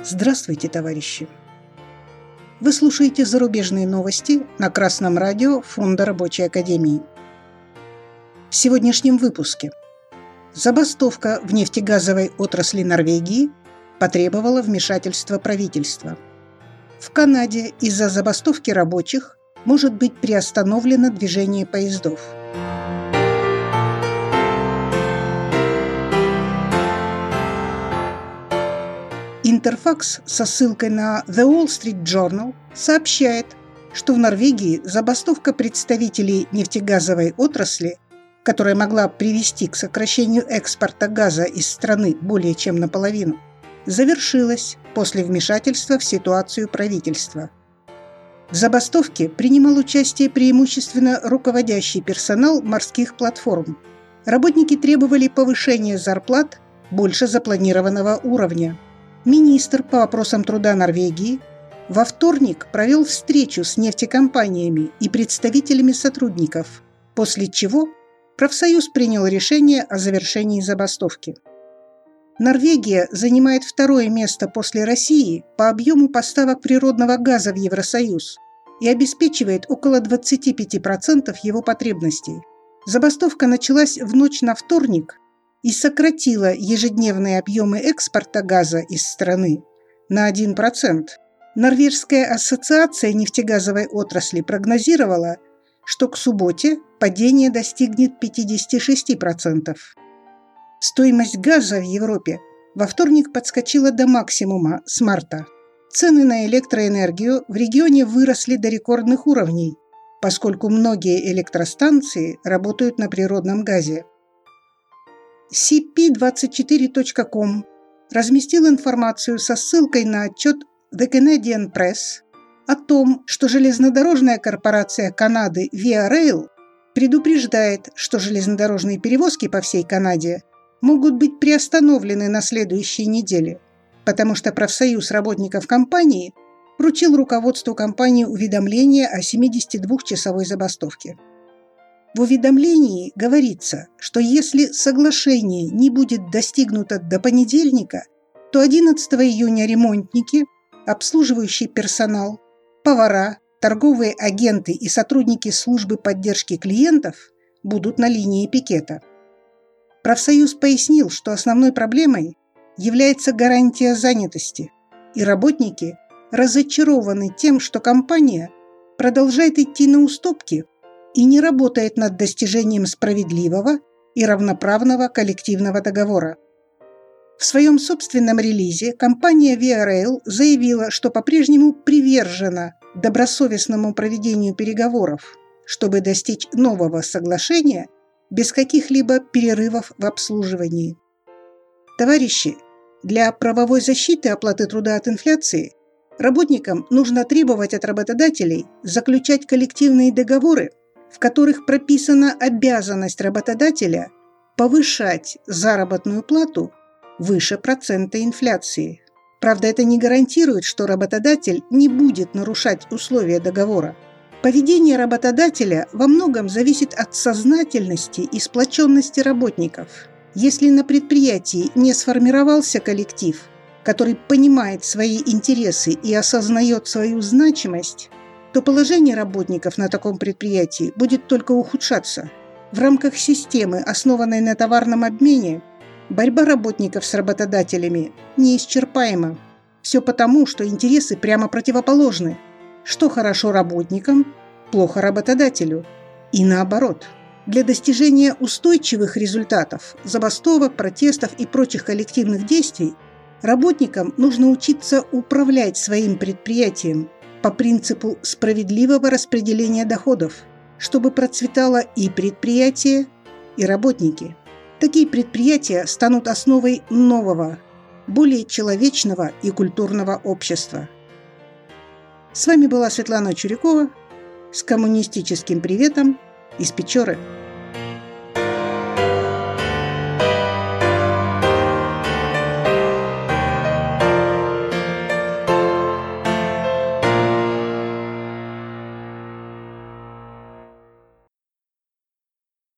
Здравствуйте, товарищи! Вы слушаете зарубежные новости на Красном радио Фонда Рабочей Академии. В сегодняшнем выпуске. Забастовка в нефтегазовой отрасли Норвегии потребовала вмешательства правительства. В Канаде из-за забастовки рабочих может быть приостановлено движение поездов. Интерфакс со ссылкой на The Wall Street Journal сообщает, что в Норвегии забастовка представителей нефтегазовой отрасли, которая могла привести к сокращению экспорта газа из страны более чем наполовину, завершилась после вмешательства в ситуацию правительства. В забастовке принимал участие преимущественно руководящий персонал морских платформ. Работники требовали повышения зарплат больше запланированного уровня. Министр по вопросам труда Норвегии во вторник провел встречу с нефтекомпаниями и представителями сотрудников, после чего профсоюз принял решение о завершении забастовки. Норвегия занимает второе место после России по объему поставок природного газа в Евросоюз и обеспечивает около 25% его потребностей. Забастовка началась в ночь на вторник и сократила ежедневные объемы экспорта газа из страны на 1%. Норвежская ассоциация нефтегазовой отрасли прогнозировала, что к субботе падение достигнет 56%. Стоимость газа в Европе во вторник подскочила до максимума с марта. Цены на электроэнергию в регионе выросли до рекордных уровней, поскольку многие электростанции работают на природном газе. CP24.com разместил информацию со ссылкой на отчет The Canadian Press о том, что железнодорожная корпорация Канады Via Rail предупреждает, что железнодорожные перевозки по всей Канаде могут быть приостановлены на следующей неделе, потому что профсоюз работников компании вручил руководству компании уведомление о 72-часовой забастовке. В уведомлении говорится, что если соглашение не будет достигнуто до понедельника, то 11 июня ремонтники, обслуживающий персонал, повара, торговые агенты и сотрудники службы поддержки клиентов будут на линии пикета. Профсоюз пояснил, что основной проблемой является гарантия занятости, и работники разочарованы тем, что компания продолжает идти на уступки и не работает над достижением справедливого и равноправного коллективного договора. В своем собственном релизе компания Via Rail заявила, что по-прежнему привержена добросовестному проведению переговоров, чтобы достичь нового соглашения без каких-либо перерывов в обслуживании. Товарищи, для правовой защиты оплаты труда от инфляции работникам нужно требовать от работодателей заключать коллективные договоры, в которых прописана обязанность работодателя повышать заработную плату выше процента инфляции. Правда, это не гарантирует, что работодатель не будет нарушать условия договора. Поведение работодателя во многом зависит от сознательности и сплоченности работников. Если на предприятии не сформировался коллектив, который понимает свои интересы и осознает свою значимость, то положение работников на таком предприятии будет только ухудшаться. В рамках системы, основанной на товарном обмене, борьба работников с работодателями неисчерпаема. Все потому, что интересы прямо противоположны. Что хорошо работникам, плохо работодателю. И наоборот. Для достижения устойчивых результатов, забастовок, протестов и прочих коллективных действий, работникам нужно учиться управлять своим предприятием по принципу справедливого распределения доходов, чтобы процветало и предприятие, и работники. Такие предприятия станут основой нового, более человечного и культурного общества. С вами была Светлана Чурякова с коммунистическим приветом из Печоры.